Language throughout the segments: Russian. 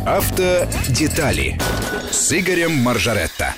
Автодетали с Игорем Маржаретто.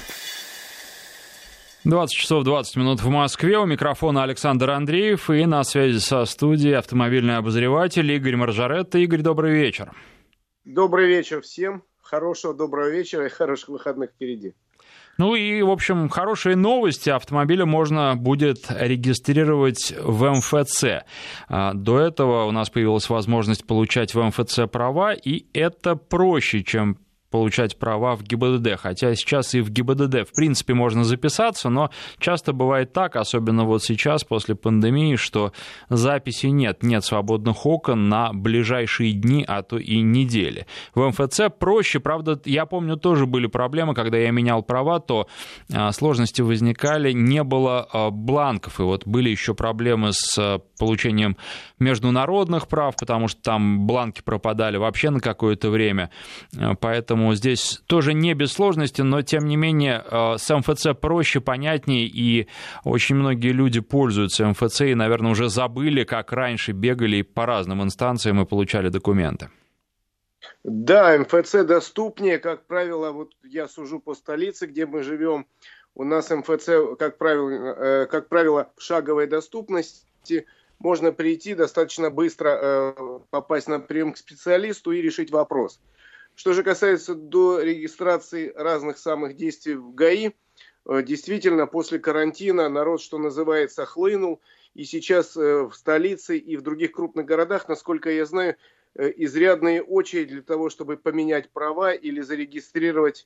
20 часов 20 минут в Москве. У микрофона Александр Андреев. И на связи со студией автомобильный обозреватель Игорь Маржаретто. Игорь, добрый вечер. Добрый вечер всем. Хорошего доброго вечера и хороших выходных впереди. Ну и, в общем, хорошие новости. Автомобили можно будет регистрировать в МФЦ. До этого у нас появилась возможность получать в МФЦ права, и это проще, чем получать права в ГИБДД, хотя сейчас и в ГИБДД в принципе можно записаться, но часто бывает так, особенно вот сейчас после пандемии, что записи нет свободных окон на ближайшие дни, а то и недели. В МФЦ проще, правда, я помню, тоже были проблемы, когда я менял права, то сложности возникали, не было бланков, и вот были еще проблемы с получением международных прав, потому что там бланки пропадали вообще на какое-то время, поэтому здесь тоже не без сложности, но тем не менее с МФЦ проще, понятнее, и очень многие люди пользуются МФЦ и, наверное, уже забыли, как раньше бегали по разным инстанциям и получали документы. Да, МФЦ доступнее, как правило, вот я сужу по столице, где мы живем, у нас МФЦ, как правило, в шаговой доступности, можно прийти достаточно быстро, попасть на прием к специалисту и решить вопрос. Что же касается до регистрации разных самых действий в ГАИ, действительно, после карантина народ, что называется, хлынул. И сейчас в столице и в других крупных городах, насколько я знаю, изрядные очереди для того, чтобы поменять права или зарегистрировать,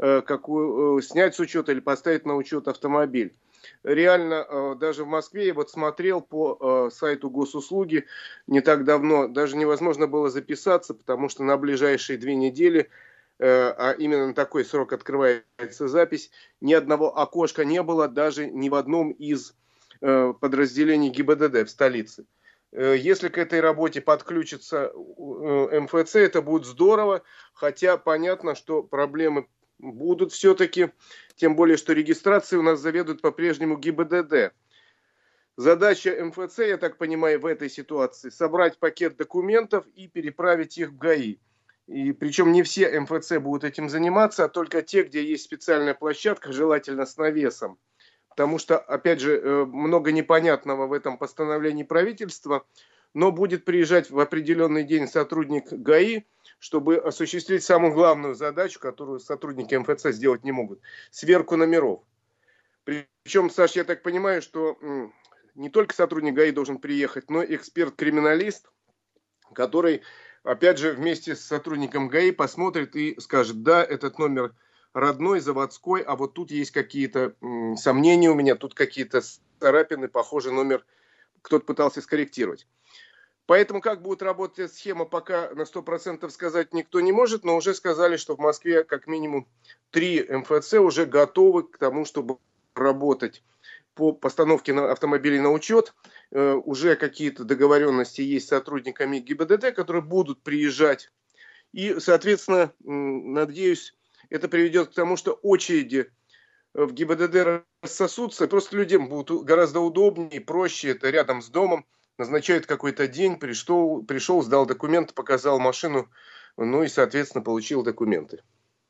снять с учета или поставить на учет автомобиль. Реально, даже в Москве я вот смотрел по сайту госуслуги не так давно, даже невозможно было записаться, потому что на ближайшие 2 недели, а именно на такой срок открывается запись, ни одного окошка не было даже ни в одном из подразделений ГИБДД в столице. Если к этой работе подключится МФЦ, это будет здорово, хотя понятно, что проблемы будут все-таки, тем более, что регистрации у нас заведует по-прежнему ГИБДД. Задача МФЦ, я так понимаю, в этой ситуации собрать пакет документов и переправить их в ГАИ. И причем не все МФЦ будут этим заниматься, а только те, где есть специальная площадка, желательно с навесом. Потому что, опять же, много непонятного в этом постановлении правительства, но будет приезжать в определенный день сотрудник ГАИ, чтобы осуществить самую главную задачу, которую сотрудники МФЦ сделать не могут – сверку номеров. Причем, Саш, я так понимаю, что не только сотрудник ГАИ должен приехать, но и эксперт-криминалист, который, опять же, вместе с сотрудником ГАИ посмотрит и скажет: да, этот номер родной, заводской, а вот тут есть какие-то сомнения у меня, тут какие-то царапины, похоже, номер кто-то пытался скорректировать. Поэтому как будет работать схема, пока на 100% сказать никто не может, но уже сказали, что в Москве как минимум 3 МФЦ уже готовы к тому, чтобы работать по постановке автомобилей на учет. Уже какие-то договоренности есть с сотрудниками ГИБДД, которые будут приезжать. И, соответственно, надеюсь, это приведет к тому, что очереди в ГИБДД рассосутся. Просто людям будет гораздо удобнее, проще, это рядом с домом. Назначают какой-то день, пришел, сдал документы, показал машину, ну и, соответственно, получил документы.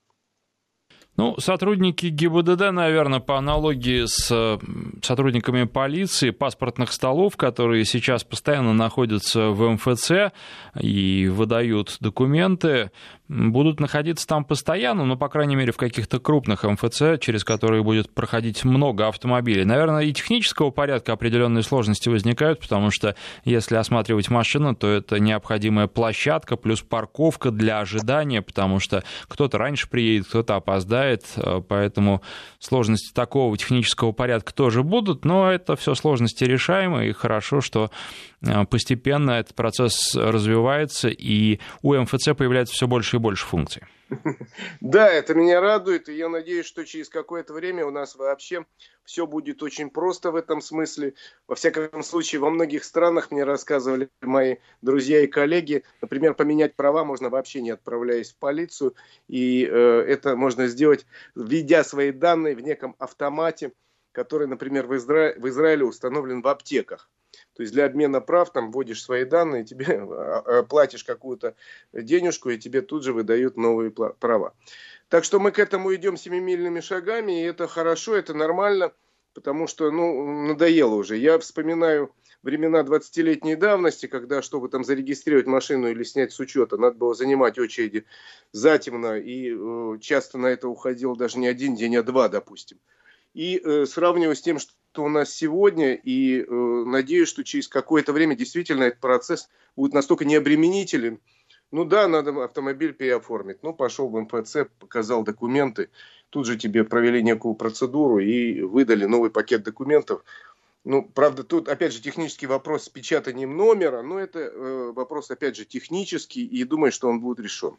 Ну, сотрудники ГИБДД, наверное, по аналогии с сотрудниками полиции, паспортных столов, которые сейчас постоянно находятся в МФЦ и выдают документы, будут находиться там постоянно, но, по крайней мере, в каких-то крупных МФЦ, через которые будет проходить много автомобилей. Наверное, и технического порядка определенные сложности возникают, потому что если осматривать машину, то это необходимая площадка плюс парковка для ожидания, потому что кто-то раньше приедет, кто-то опоздает, поэтому сложности такого технического порядка тоже будут, но это все сложности решаемые, и хорошо, что постепенно этот процесс развивается, и у МФЦ появляется все больше и больше функций. Да, это меня радует, и я надеюсь, что через какое-то время у нас вообще все будет очень просто в этом смысле. Во всяком случае, во многих странах, мне рассказывали мои друзья и коллеги, например, поменять права можно вообще не отправляясь в полицию, и это можно сделать, введя свои данные в неком автомате, который, например, в Израиле установлен в аптеках. То есть для обмена прав там вводишь свои данные, тебе платишь какую-то денежку, и тебе тут же выдают новые права. Так что мы к этому идем семимильными шагами, и это хорошо, это нормально, потому что, надоело уже. Я вспоминаю времена 20-летней давности, когда, чтобы там зарегистрировать машину или снять с учета, надо было занимать очереди затемно, и часто на это уходило даже не один день, а два, допустим. И сравниваю с тем, что у нас сегодня, и надеюсь, что через какое-то время действительно этот процесс будет настолько необременителен. Надо автомобиль переоформить. Пошел в МФЦ, показал документы, тут же тебе провели некую процедуру и выдали новый пакет документов. Правда, тут, опять же, технический вопрос с печатанием номера, но это вопрос, опять же, технический, и думаю, что он будет решен.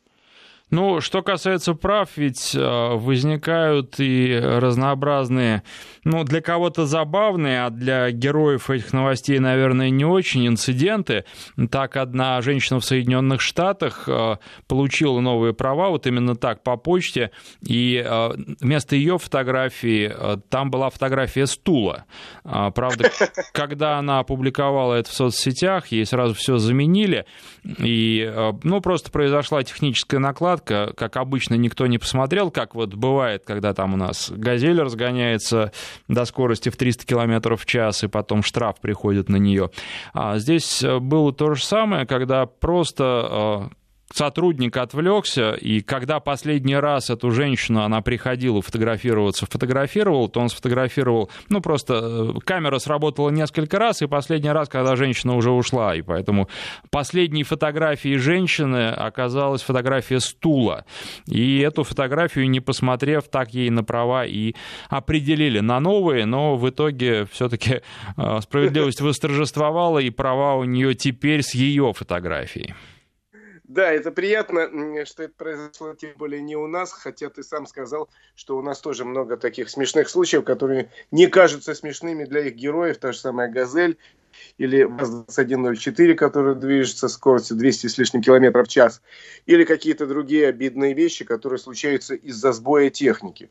Что касается прав, ведь возникают и разнообразные, для кого-то забавные, а для героев этих новостей, наверное, не очень инциденты. Так, одна женщина в Соединенных Штатах получила новые права, вот именно так, по почте, и вместо ее фотографии там была фотография стула. Правда, когда она опубликовала это в соцсетях, ей сразу все заменили, и, просто произошла техническая накладка. Как обычно, никто не посмотрел, как вот бывает, когда там у нас «Газель» разгоняется до скорости в 300 км в час, и потом штраф приходит на нее. Здесь было то же самое, когда просто сотрудник отвлекся, и когда последний раз эту женщину, она приходила фотографировал, то он сфотографировал, просто камера сработала несколько раз, и последний раз, когда женщина уже ушла, и поэтому последней фотографией женщины оказалась фотография стула, и эту фотографию, не посмотрев, так ей на права и определили на новые, но в итоге все-таки справедливость восторжествовала, и права у нее теперь с ее фотографией. Да, это приятно, что это произошло, тем более не у нас, хотя ты сам сказал, что у нас тоже много таких смешных случаев, которые не кажутся смешными для их героев, та же самая «Газель» или ВАЗ-2104, который движется с скоростью 200 с лишним километров в час, или какие-то другие обидные вещи, которые случаются из-за сбоя техники.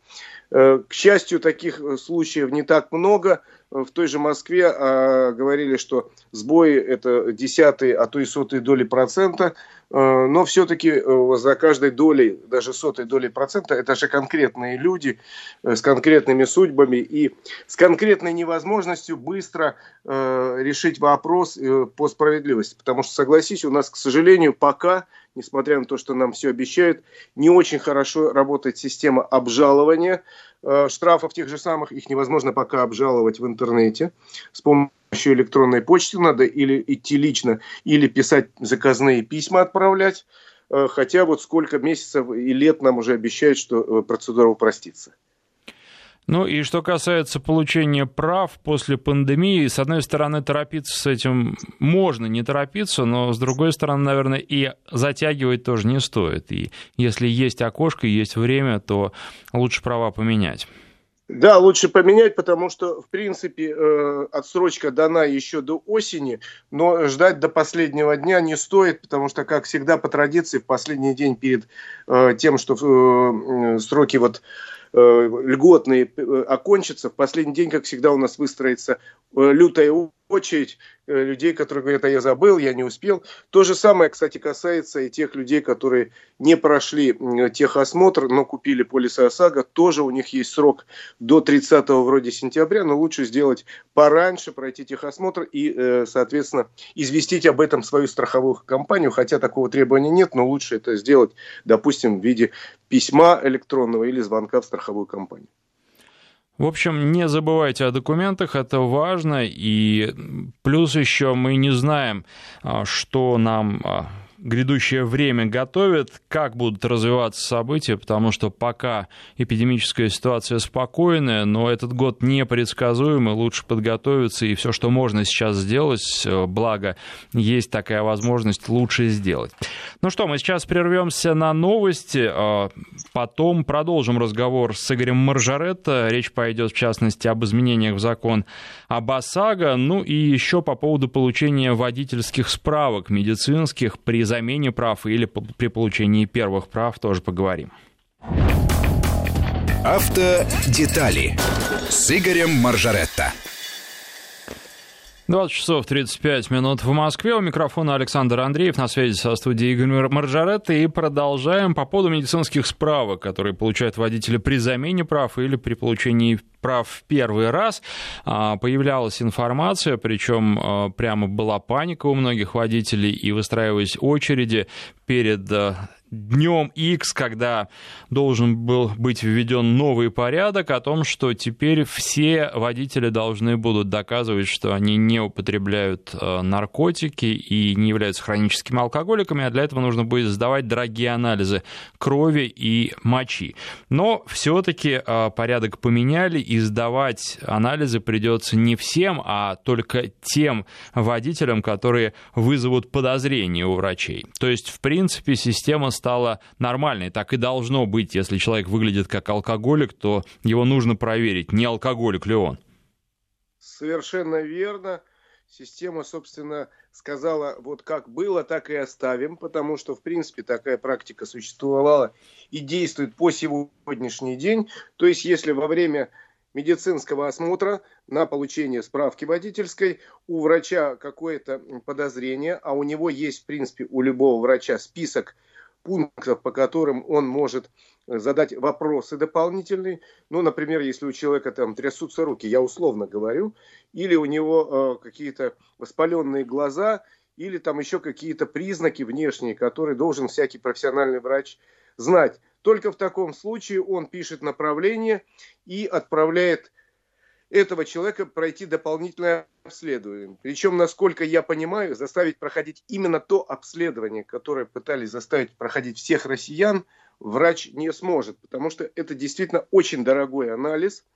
К счастью, таких случаев не так много. В той же Москве говорили, что сбои это десятые, а то и сотые доли процента, но все-таки за каждой долей, даже сотой долей процента, это же конкретные люди с конкретными судьбами и с конкретной невозможностью быстро решить вопрос по справедливости. Потому что, согласись, у нас, к сожалению, пока, несмотря на то, что нам все обещают, не очень хорошо работает система обжалования штрафов тех же самых. Их невозможно пока обжаловать в интернете. С помощью электронной почты надо или идти лично, или писать заказные письма, отправлять. Хотя вот сколько месяцев и лет нам уже обещают, что процедура упростится. И что касается получения прав после пандемии, с одной стороны, торопиться с этим можно, не торопиться, но с другой стороны, наверное, и затягивать тоже не стоит. И если есть окошко, есть время, то лучше права поменять. Да, лучше поменять, потому что, в принципе, отсрочка дана еще до осени, но ждать до последнего дня не стоит, потому что, как всегда, по традиции, в последний день перед тем, что сроки льготные окончатся, в последний день, как всегда, у нас выстроится лютая очередь людей, которые говорят: а я забыл, я не успел. То же самое, кстати, касается и тех людей, которые не прошли техосмотр, но купили полисы ОСАГО. Тоже у них есть срок до 30 вроде сентября, но лучше сделать пораньше, пройти техосмотр и, соответственно, известить об этом свою страховую компанию, хотя такого требования нет, но лучше это сделать, допустим, в виде письма электронного или звонка в страховую компанию. В общем, не забывайте о документах, это важно, и плюс еще мы не знаем, что нам грядущее время готовит, как будут развиваться события, потому что пока эпидемическая ситуация спокойная, но этот год непредсказуемый, лучше подготовиться, и все, что можно сейчас сделать, благо есть такая возможность, лучше сделать. Ну что, мы сейчас прервемся на новости, потом продолжим разговор с Игорем Маржаретто. Речь пойдет, в частности, об изменениях в закон об ОСАГО, и еще по поводу получения водительских справок медицинских при замене прав или при получении первых прав тоже поговорим. Автодетали с Игорем Маржаретто. 20 часов 35 минут в Москве. У микрофона Александр Андреев. На связи со студией Игорь Маржаретта. И продолжаем по поводу медицинских справок, которые получают водители при замене прав или при получении прав в первый раз. Появлялась информация, причем прямо была паника у многих водителей, и выстраиваясь очереди перед днем X, когда должен был быть введен новый порядок о том, что теперь все водители должны будут доказывать, что они не употребляют наркотики и не являются хроническими алкоголиками, а для этого нужно будет сдавать дорогие анализы крови и мочи. Но все-таки порядок поменяли, и сдавать анализы придется не всем, а только тем водителям, которые вызовут подозрения у врачей. То есть, в принципе, система стала нормальной. Так и должно быть. Если человек выглядит как алкоголик, то его нужно проверить, не алкоголик ли он. Совершенно верно. Система, собственно, сказала, вот как было, так и оставим, потому что, в принципе, такая практика существовала и действует по сегодняшний день. То есть, если во время медицинского осмотра на получение справки водительской у врача какое-то подозрение, а у него есть, в принципе, у любого врача список пунктов, по которым он может задать вопросы дополнительные. Ну, например, если у человека там трясутся руки, я условно говорю, или у него какие-то воспаленные глаза, или там еще какие-то признаки внешние, которые должен всякий профессиональный врач знать. Только в таком случае он пишет направление и отправляет этого человека пройти дополнительное обследование. Причем, насколько я понимаю, заставить проходить именно то обследование, которое пытались заставить проходить всех россиян, врач не сможет, потому что это действительно очень дорогой анализ.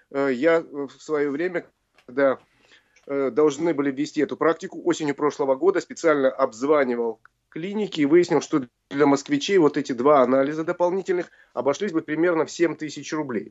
Я в свое время, когда должны были ввести эту практику, осенью прошлого года специально обзванивал клиники и выяснил, что для москвичей вот эти два анализа дополнительных обошлись бы примерно в 7 тысяч рублей.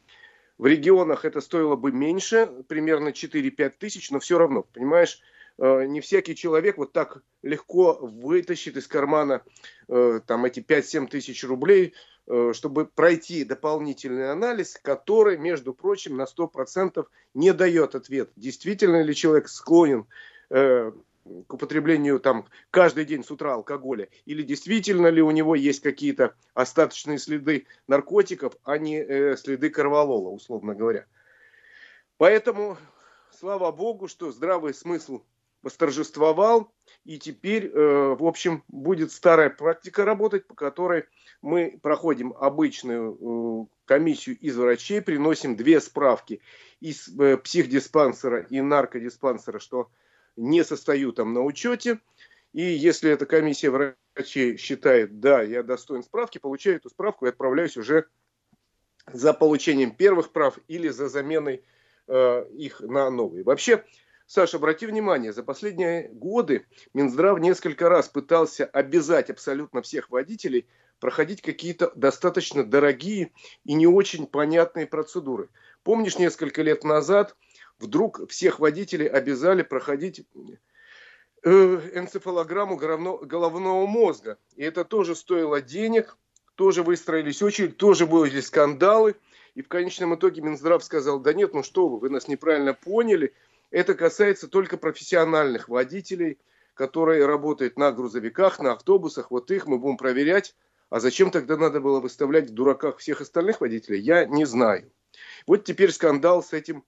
В регионах это стоило бы меньше, примерно 4-5 тысяч, но все равно, понимаешь, не всякий человек вот так легко вытащит из кармана там эти 5-7 тысяч рублей, чтобы пройти дополнительный анализ, который, между прочим, на 100% не дает ответ, действительно ли человек склонен к употреблению там каждый день с утра алкоголя, или действительно ли у него есть какие-то остаточные следы наркотиков, а не следы корвалола, условно говоря. Поэтому, слава богу, что здравый смысл восторжествовал, и теперь, в общем, будет старая практика работать, по которой мы проходим обычную комиссию из врачей, приносим 2 справки из психдиспансера и наркодиспансера, что не состою там на учете, и если эта комиссия врачей считает, да, я достоин справки, получаю эту справку и отправляюсь уже за получением первых прав или за заменой их на новые. Вообще, Саша, обрати внимание, за последние годы Минздрав несколько раз пытался обязать абсолютно всех водителей проходить какие-то достаточно дорогие и не очень понятные процедуры. Помнишь, несколько лет назад вдруг всех водителей обязали проходить энцефалограмму головного мозга. И это тоже стоило денег, тоже выстроились очередь, тоже были скандалы. И в конечном итоге Минздрав сказал, да нет, ну что вы нас неправильно поняли. Это касается только профессиональных водителей, которые работают на грузовиках, на автобусах. Вот их мы будем проверять. А зачем тогда надо было выставлять в дураках всех остальных водителей, я не знаю. Вот теперь скандал с этим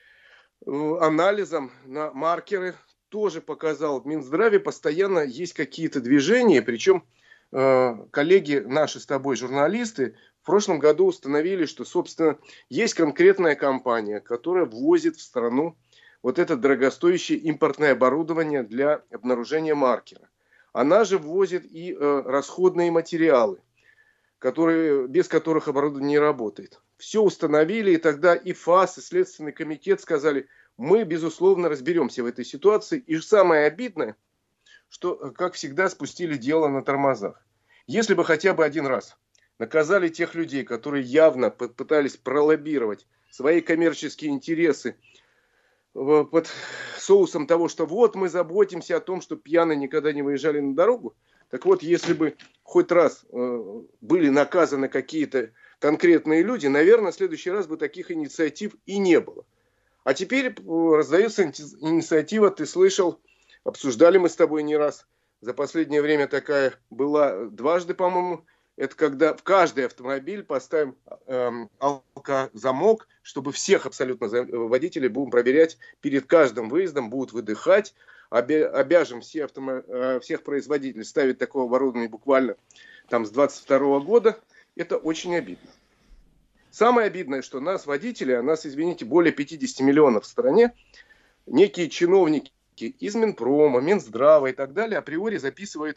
анализом на маркеры тоже показал. В Минздраве постоянно есть какие-то движения, причем коллеги наши с тобой, журналисты, в прошлом году установили, что, собственно, есть конкретная компания, которая ввозит в страну вот это дорогостоящее импортное оборудование для обнаружения маркера. Она же ввозит и расходные материалы, без которых оборудование не работает. Все установили, и тогда и ФАС, и Следственный комитет сказали, мы, безусловно, разберемся в этой ситуации. И самое обидное, что, как всегда, спустили дело на тормозах. Если бы хотя бы один раз наказали тех людей, которые явно пытались пролоббировать свои коммерческие интересы под соусом того, что вот мы заботимся о том, что пьяные никогда не выезжали на дорогу. Так вот, если бы хоть раз были наказаны какие-то конкретные люди, наверное, в следующий раз бы таких инициатив и не было. А теперь раздается инициатива, ты слышал, обсуждали мы с тобой не раз. За последнее время такая была дважды, по-моему. Это когда в каждый автомобиль поставим алкозамок, чтобы всех абсолютно водителей будем проверять перед каждым выездом, будут выдыхать. Обяжем всех производителей ставить такое оборудование буквально там с 2022 года. Это очень обидно. Самое обидное, что нас, водителей, а нас, извините, более 50 миллионов в стране, некие чиновники из Минпрома, Минздрава и так далее априори записывают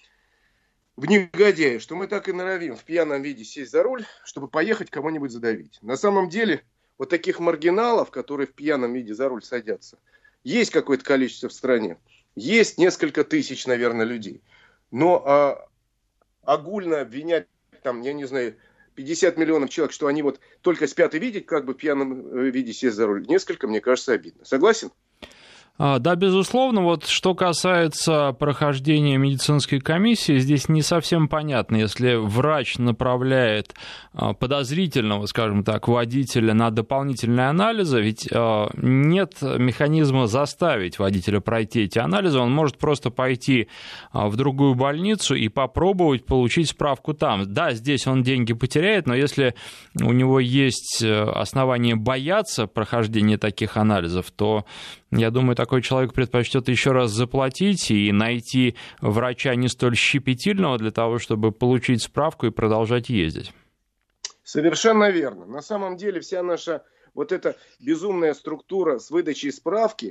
в негодяи, что мы так и норовим в пьяном виде сесть за руль, чтобы поехать кого-нибудь задавить. На самом деле, вот таких маргиналов, которые в пьяном виде за руль садятся, есть какое-то количество в стране. Есть несколько тысяч, наверное, людей. Но огульно обвинять, там, я не знаю, 50 миллионов человек, что они вот только спят и видят, как бы в пьяном виде сесть за руль, несколько, мне кажется, обидно. Согласен? Да, безусловно. Вот что касается прохождения медицинской комиссии, здесь не совсем понятно, если врач направляет подозрительного, скажем так, водителя на дополнительные анализы, ведь нет механизма заставить водителя пройти эти анализы, он может просто пойти в другую больницу и попробовать получить справку там. Да, здесь он деньги потеряет, но если у него есть основания бояться прохождения таких анализов, то, я думаю, такой человек предпочтет еще раз заплатить и найти врача не столь щепетильного для того, чтобы получить справку и продолжать ездить. Совершенно верно. На самом деле вся наша вот эта безумная структура с выдачей справки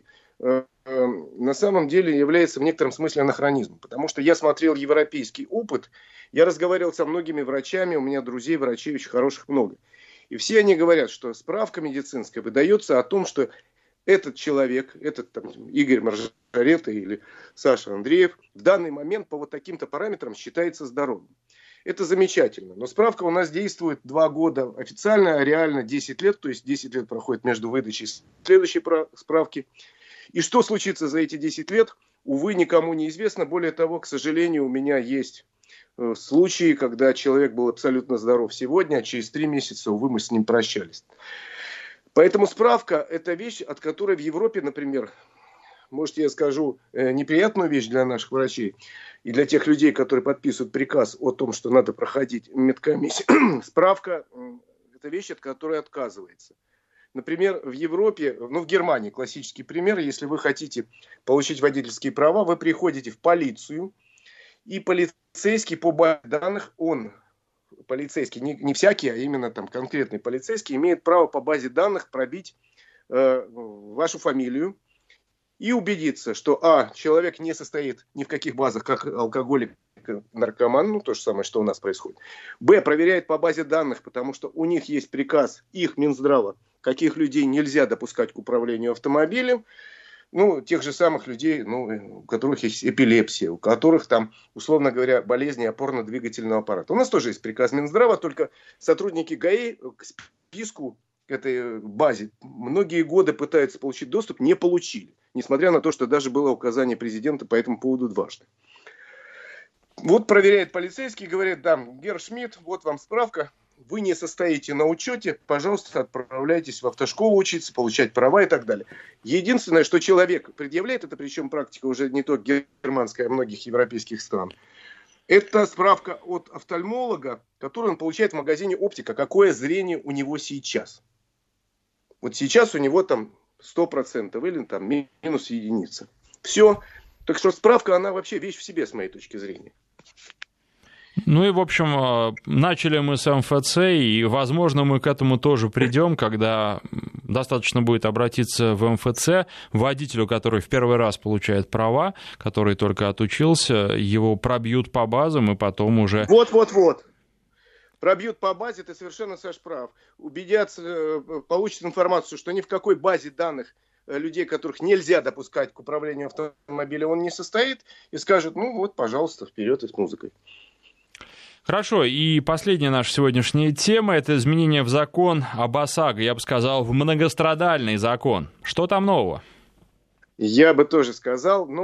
на самом деле является в некотором смысле анахронизмом. Потому что я смотрел европейский опыт, я разговаривал со многими врачами, у меня друзей, врачей очень хороших много. И все они говорят, что справка медицинская выдается о том, что этот человек, этот там, Игорь Маржаретта или Саша Андреев в данный момент по вот таким-то параметрам считается здоровым. Это замечательно. Но справка у нас действует 2 года официально, а реально 10 лет. То есть 10 лет проходит между выдачей следующей справки. И что случится за эти 10 лет, увы, никому не известно. Более того, к сожалению, у меня есть случаи, когда человек был абсолютно здоров сегодня, а через 3 месяца, увы, мы с ним прощались. Поэтому справка – это вещь, от которой в Европе, например, может, я скажу неприятную вещь для наших врачей и для тех людей, которые подписывают приказ о том, что надо проходить медкомиссию. Справка – это вещь, от которой отказывается. Например, в Европе, в Германии классический пример, если вы хотите получить водительские права, вы приходите в полицию, и полицейский по базе данных, полицейский, не всякий, а именно там конкретный полицейский, имеет право по базе данных пробить вашу фамилию и убедиться, что человек не состоит ни в каких базах, как алкоголик, наркоман, то же самое, что у нас происходит. Проверяет по базе данных, потому что у них есть приказ их Минздрава, каких людей нельзя допускать к управлению автомобилем. Тех же самых людей, у которых есть эпилепсия, у которых там, условно говоря, болезни опорно-двигательного аппарата. У нас тоже есть приказ Минздрава, только сотрудники ГАИ к списку, к этой базе, многие годы пытаются получить доступ, не получили. Несмотря на то, что даже было указание президента по этому поводу дважды. Вот проверяет полицейский, говорит, Герр Шмидт, вот вам справка. Вы не состоите на учете, пожалуйста, отправляйтесь в автошколу учиться, получать права и так далее. Единственное, что человек предъявляет, это причем практика уже не только германская, а многих европейских стран, это справка от офтальмолога, которую он получает в магазине оптика, какое зрение у него сейчас. Вот сейчас у него там 100% или там минус единица. Все. Так что справка, она вообще вещь в себе, с моей точки зрения. И, в общем, начали мы с МФЦ, и, возможно, мы к этому тоже придем, когда достаточно будет обратиться в МФЦ, водителю, который в первый раз получает права, который только отучился, его пробьют по базам, и потом уже... Вот. Пробьют по базе, ты совершенно, Саш, прав. Убедятся, получат информацию, что ни в какой базе данных людей, которых нельзя допускать к управлению автомобилем, он не состоит, и скажут, пожалуйста, вперед и с музыкой. Хорошо, и последняя наша сегодняшняя тема – это изменение в закон об ОСАГО, я бы сказал, в многострадальный закон. Что там нового? Я бы тоже сказал,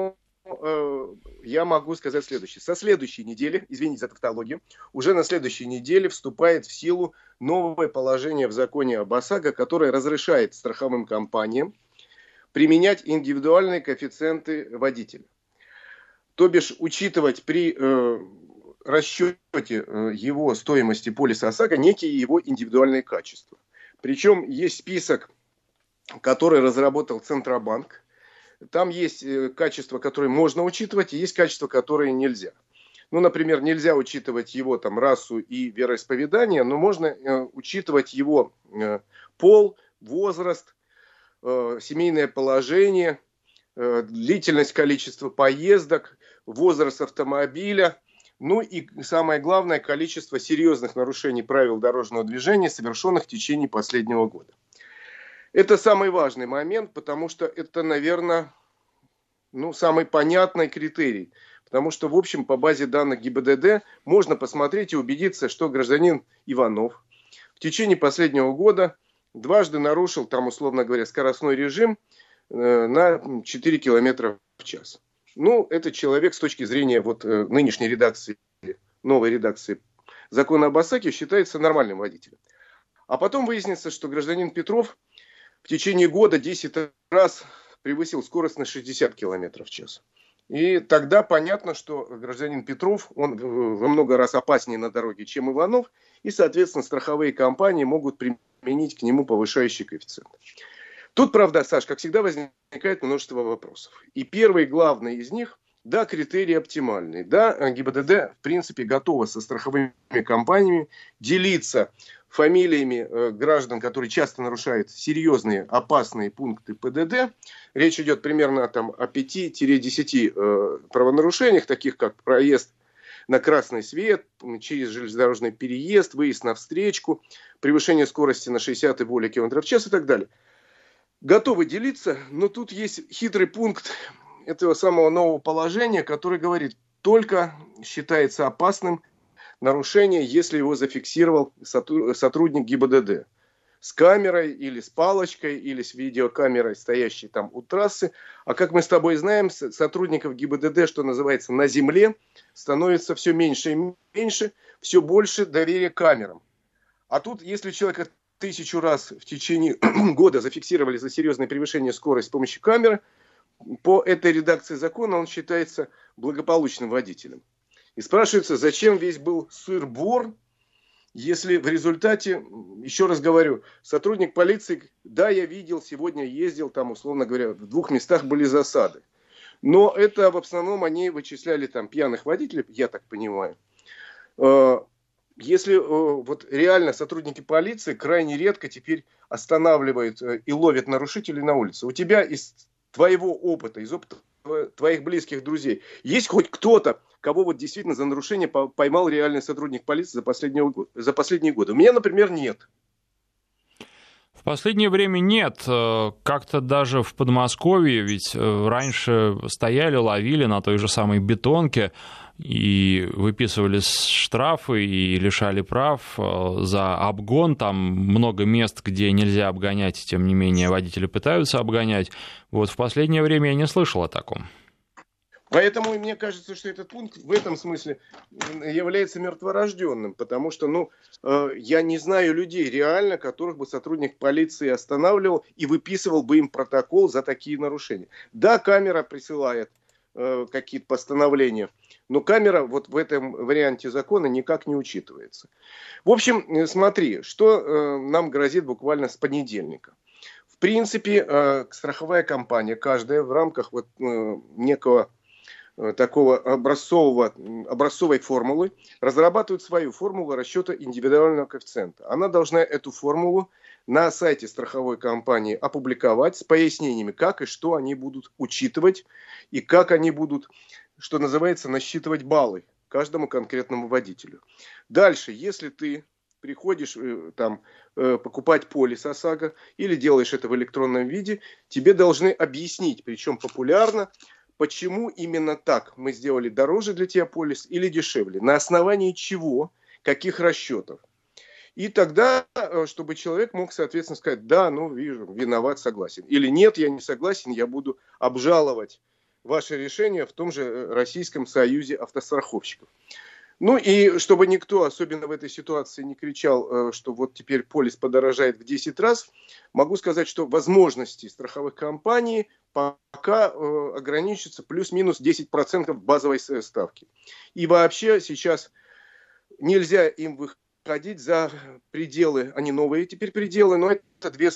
я могу сказать следующее. Со следующей недели, извините за тавтологию, уже на следующей неделе вступает в силу новое положение в законе об ОСАГО, которое разрешает страховым компаниям применять индивидуальные коэффициенты водителя. То бишь учитывать при расчете его стоимости полиса ОСАГО некие его индивидуальные качества. Причем есть список, который разработал Центробанк. Там есть качества, которые можно учитывать, и есть качества, которые нельзя. Ну, например, нельзя учитывать его там, расу и вероисповедание, но можно учитывать его пол, возраст, семейное положение, длительность количества поездок, возраст автомобиля, ну и самое главное, количество серьезных нарушений правил дорожного движения, совершенных в течение последнего года. Это самый важный момент, потому что это, наверное, самый понятный критерий. Потому что, в общем, по базе данных ГИБДД можно посмотреть и убедиться, что гражданин Иванов в течение последнего года дважды нарушил, там, условно говоря, скоростной режим на 4 км в час. Ну, этот человек с точки зрения вот, нынешней редакции, новой редакции закона об ОСАГО считается нормальным водителем. А потом выяснится, что гражданин Петров в течение года 10 раз превысил скорость на 60 км в час. И тогда понятно, что гражданин Петров, он во много раз опаснее на дороге, чем Иванов, и, соответственно, страховые компании могут применить к нему повышающий коэффициент. Тут, правда, Саш, как всегда, возникает множество вопросов. И первый, главный из них, да, критерии оптимальные. Да, ГИБДД, в принципе, готова со страховыми компаниями делиться фамилиями граждан, которые часто нарушают серьезные, опасные пункты ПДД. Речь идет примерно там, о 5-10 правонарушениях, таких как проезд на красный свет, через железнодорожный переезд, выезд на встречку, превышение скорости на 60 и более км в час и так далее. Готовы делиться, но тут есть хитрый пункт этого самого нового положения, который говорит, только считается опасным нарушение, если его зафиксировал сотрудник ГИБДД с камерой или с палочкой, или с видеокамерой, стоящей там у трассы. А как мы с тобой знаем, сотрудников ГИБДД, что называется, на земле, становится все меньше и меньше, все больше доверия камерам. А тут, если человека 1000 раз в течение года зафиксировали за серьезное превышение скорости с помощью камеры, по этой редакции закона он считается благополучным водителем. И спрашивается, зачем весь был сыр-бор, если в результате, еще раз говорю, сотрудник полиции, да, я видел, сегодня ездил, там, условно говоря, в 2 местах были засады. Но это в основном они вычисляли там пьяных водителей, я так понимаю. Если вот реально сотрудники полиции крайне редко теперь останавливают и ловят нарушителей на улице. У тебя из твоего опыта, из опыта твоих близких друзей, есть хоть кто-то, кого вот действительно за нарушение поймал реальный сотрудник полиции за последние годы? У меня, например, нет. В последнее время нет. Как-то даже в Подмосковье, ведь раньше стояли, ловили на той же самой бетонке и выписывали штрафы и лишали прав за обгон. Там много мест, где нельзя обгонять, тем не менее водители пытаются обгонять. Вот в последнее время я не слышал о таком. Поэтому мне кажется, что этот пункт в этом смысле является мертворожденным, потому что, я не знаю людей реально, которых бы сотрудник полиции останавливал и выписывал бы им протокол за такие нарушения. Да, камера присылает какие-то постановления, но камера вот в этом варианте закона никак не учитывается. В общем, смотри, что нам грозит буквально с понедельника. В принципе, страховая компания, каждая в рамках вот некого такого образцовой формулы разрабатывает свою формулу расчета индивидуального коэффициента. Она должна эту формулу на сайте страховой компании опубликовать с пояснениями, как и что они будут учитывать и как они будут, что называется, насчитывать баллы каждому конкретному водителю. Дальше, если ты приходишь там покупать полис ОСАГО или делаешь это в электронном виде, тебе должны объяснить, причем популярно, почему именно так мы сделали дороже для тебя полис или дешевле, на основании чего, каких расчетов. И тогда, чтобы человек мог, соответственно, сказать, да, вижу, виноват, согласен. Или нет, я не согласен, я буду обжаловать ваше решение в том же Российском союзе автостраховщиков. Ну и чтобы никто, особенно в этой ситуации, не кричал, что вот теперь полис подорожает в 10 раз, могу сказать, что возможности страховых компаний пока ограничатся плюс-минус 10% базовой ставки. И вообще сейчас нельзя им выходить за пределы, они новые теперь пределы, но это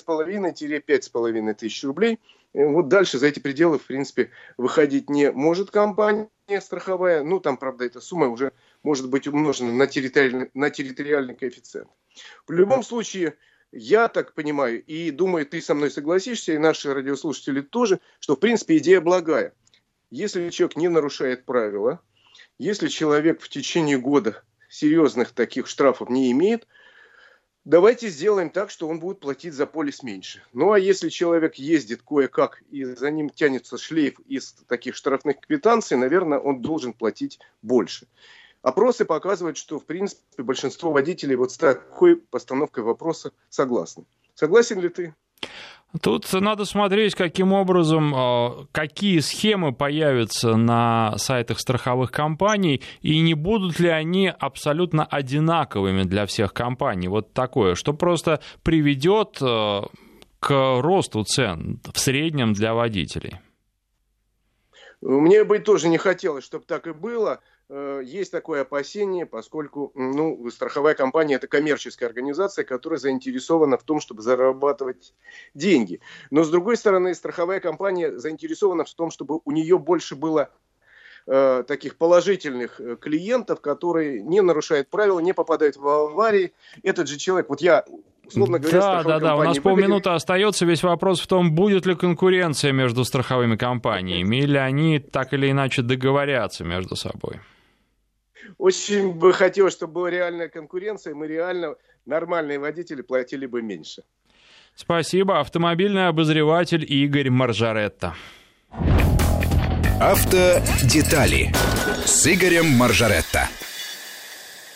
2,5-5,5 тысяч рублей. Вот дальше за эти пределы, в принципе, выходить не может компания страховая. Ну, там, правда, эта сумма уже может быть умножена на территориальный коэффициент. В любом случае, я так понимаю, и думаю, ты со мной согласишься, и наши радиослушатели тоже, что, в принципе, идея благая. Если человек не нарушает правила, если человек в течение года серьезных таких штрафов не имеет, давайте сделаем так, что он будет платить за полис меньше. Ну, а если человек ездит кое-как, и за ним тянется шлейф из таких штрафных квитанций, наверное, он должен платить больше. Опросы показывают, что, в принципе, большинство водителей вот с такой постановкой вопроса согласны. Согласен ли ты? Тут надо смотреть, каким образом, какие схемы появятся на сайтах страховых компаний, и не будут ли они абсолютно одинаковыми для всех компаний. Вот такое, что просто приведет к росту цен в среднем для водителей. Мне бы тоже не хотелось, чтобы так и было. Есть такое опасение, поскольку страховая компания – это коммерческая организация, которая заинтересована в том, чтобы зарабатывать деньги. Но, с другой стороны, страховая компания заинтересована в том, чтобы у нее больше было таких положительных клиентов, которые не нарушают правила, не попадают в аварии. Этот же человек, вот я, условно говоря, Да, у нас полминуты остается. Весь вопрос в том, будет ли конкуренция между страховыми компаниями, или они так или иначе договорятся между собой. Очень бы хотелось, чтобы была реальная конкуренция, и мы реально, нормальные водители, платили бы меньше. Спасибо. Автомобильный обозреватель Игорь Маржаретта. Автодетали с Игорем Маржаретта.